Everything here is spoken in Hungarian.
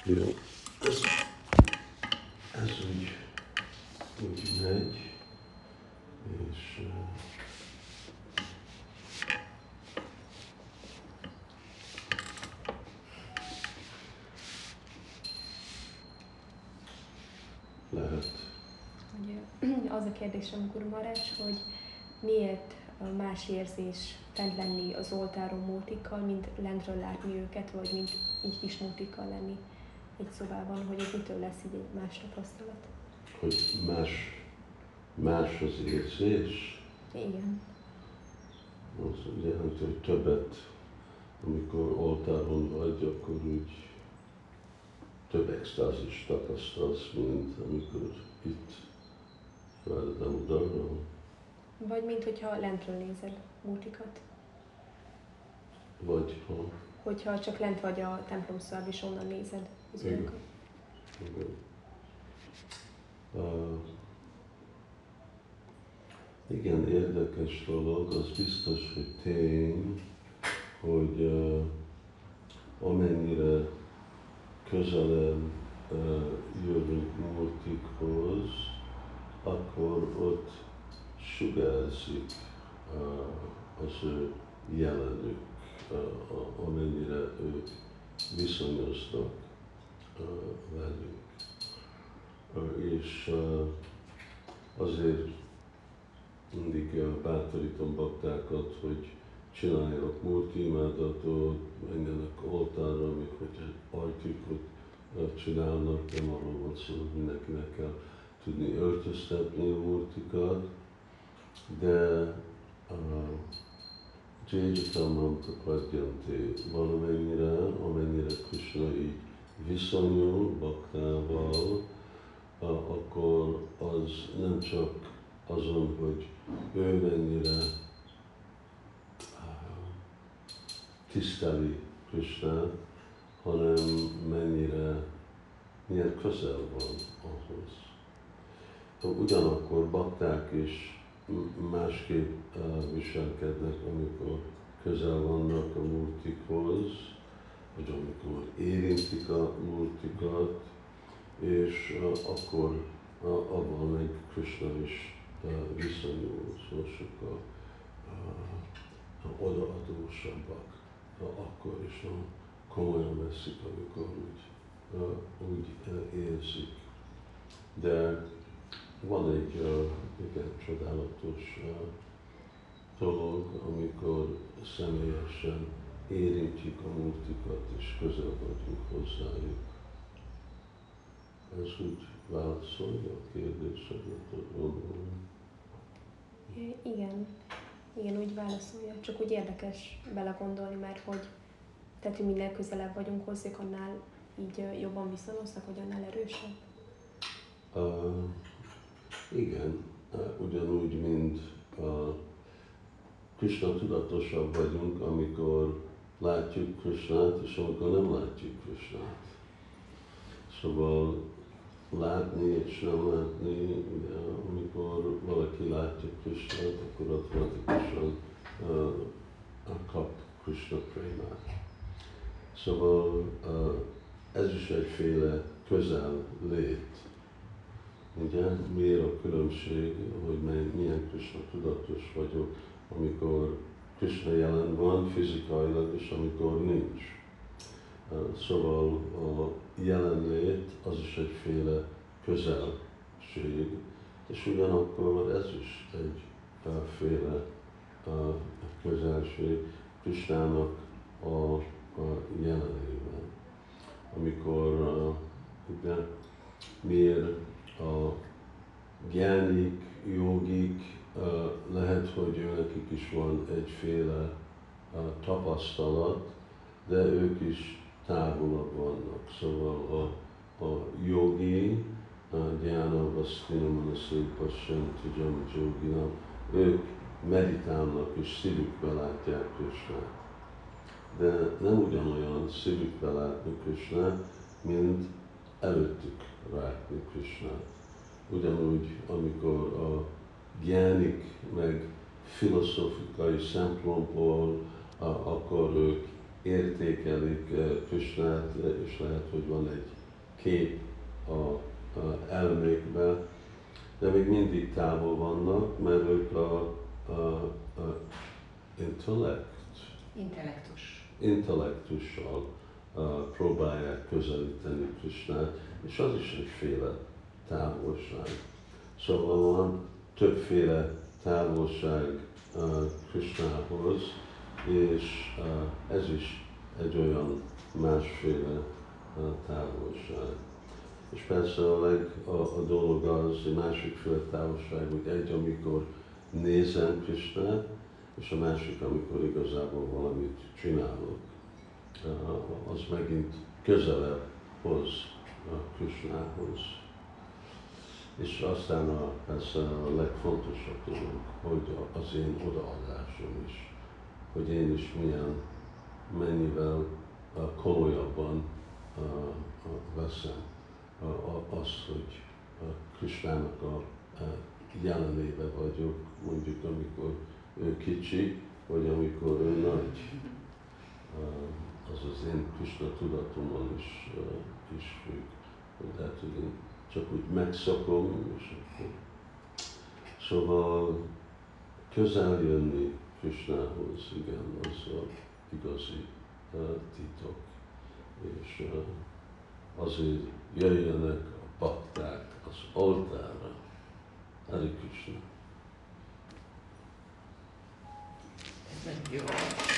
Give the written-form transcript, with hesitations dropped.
Jó, ez úgy megy, és lehet. Ugye, az a kérdésem, Guru Maharaj, hogy miért más érzés fent lenni az oltáron múltikkal, mint lentről látni őket, vagy mint így kis múltikkal lenni egy szobában, hogy ez mitől lesz így egy más tapasztalat? Hogy más az érzés, Igen. az úgy jelenti, hogy többet, amikor oltáron vagy, akkor úgy több extázis tapasztalsz, mint amikor itt Radha Udarban. Vagy mint hogyha lentről nézed múltikat. Vagy ha... Hogyha csak lent vagy a templom szalv, és onnan nézed az urakat. Igen, érdekes dolog, az biztos, hogy tény, hogy amennyire közelebb jövünk múltikhoz, akkor ott sugárzik az ő jelenük, amennyire ők viszonyoznak velünk. És azért mindig bátorítom baktákat, hogy csináljanak múlti imádatot, menjenek oltárra, még hogyha ajtjukot csinálnak, nem arról van szó, hogy mindenkinek kell tudni öltöztetni a múltikat, de Jaijatamam Prapadyanté valamennyire, amennyire Krishna így viszonyul baktával, akkor az nem csak azon, hogy ő mennyire tiszteli Krishnát, hanem milyen közel van ahhoz. Ugyanakkor bakták is másképp viselkednek, amikor közel vannak a múltikhoz, vagy amikor érintik a múltikat, és akkor abban meg Krishna is viszonyul, szóval sokkal odaadósabbak, akkor is komolyan veszik, amikor úgy érzik. De van egy igen csodálatos dolog, amikor személyesen érintjük a múltikat, és közel vagyunk hozzájuk. Ez úgy válaszolja a kérdésedre, tudod gondolni? Igen. Igen, úgy válaszolja. Csak úgy érdekes belegondolni, mert hogy, tehát, hogy minél közelebb vagyunk hozzá, annál így jobban viszonyoznak, vagy annál erősebb? Igen, ugyanúgy, mint Krishna tudatosabb vagyunk, amikor látjuk Krishnát, és amikor nem látjuk Krishnát. Szóval látni és nem látni, ugye, amikor valaki látja Krishnát, akkor automatikusan kap Krishna prémát. Szóval ez is egyféle közel lét. Ugye, miért a különbség, hogy milyen Krishna tudatos vagyok, amikor Krishna jelen van fizikailag, és amikor nincs. Szóval a jelenlét az is egyféle közelség, és ugyanakkor ez is egyféle közelség Krishnának a jelenében. Amikor ugye, miért a gyánik, jogik, lehet, hogy nekik is van egyféle tapasztalat, de ők is távolabb vannak. Szóval a jogi, gyána, vasztina, manaszi, passanti, jogina, ők meditálnak és szívükbe látják Krishnát. De nem ugyanolyan szívükbe látni Krishnát, mint előttük látni Krishnát. Ugyanúgy, amikor a gyánik meg filozófikai szempontból, akkor ők értékelik Krishnát, és lehet, hogy van egy kép a elmékben, de még mindig távol vannak, mert ők a intellektussal próbálják közelíteni Krishnát, és az is egyféle távolság. Szóval van többféle távolság Krishnához, és ez is egy olyan másféle távolság. És persze a dolog az, a másikféle távolság, hogy egy, amikor nézem Krishnát, és a másik, amikor igazából valamit csinálok. Az megint közelebb hoz Krishnához. És aztán persze a legfontosabb dolog, hogy az én odaadásom is, hogy én is mennyivel komolyabban veszem azt, hogy Krishnának a jelenébe vagyok, mondjuk amikor ő kicsi, vagy amikor ő nagy. Az az én Krishna tudatomon is függ, hogy lehet, hogy én csak úgy megszakom, és akkor. Szóval közel jönni Krishnához, igen, az igazi titok. És azért jöjjenek a bakták az oltárra. Hare Krishna. Ez nagyon jó.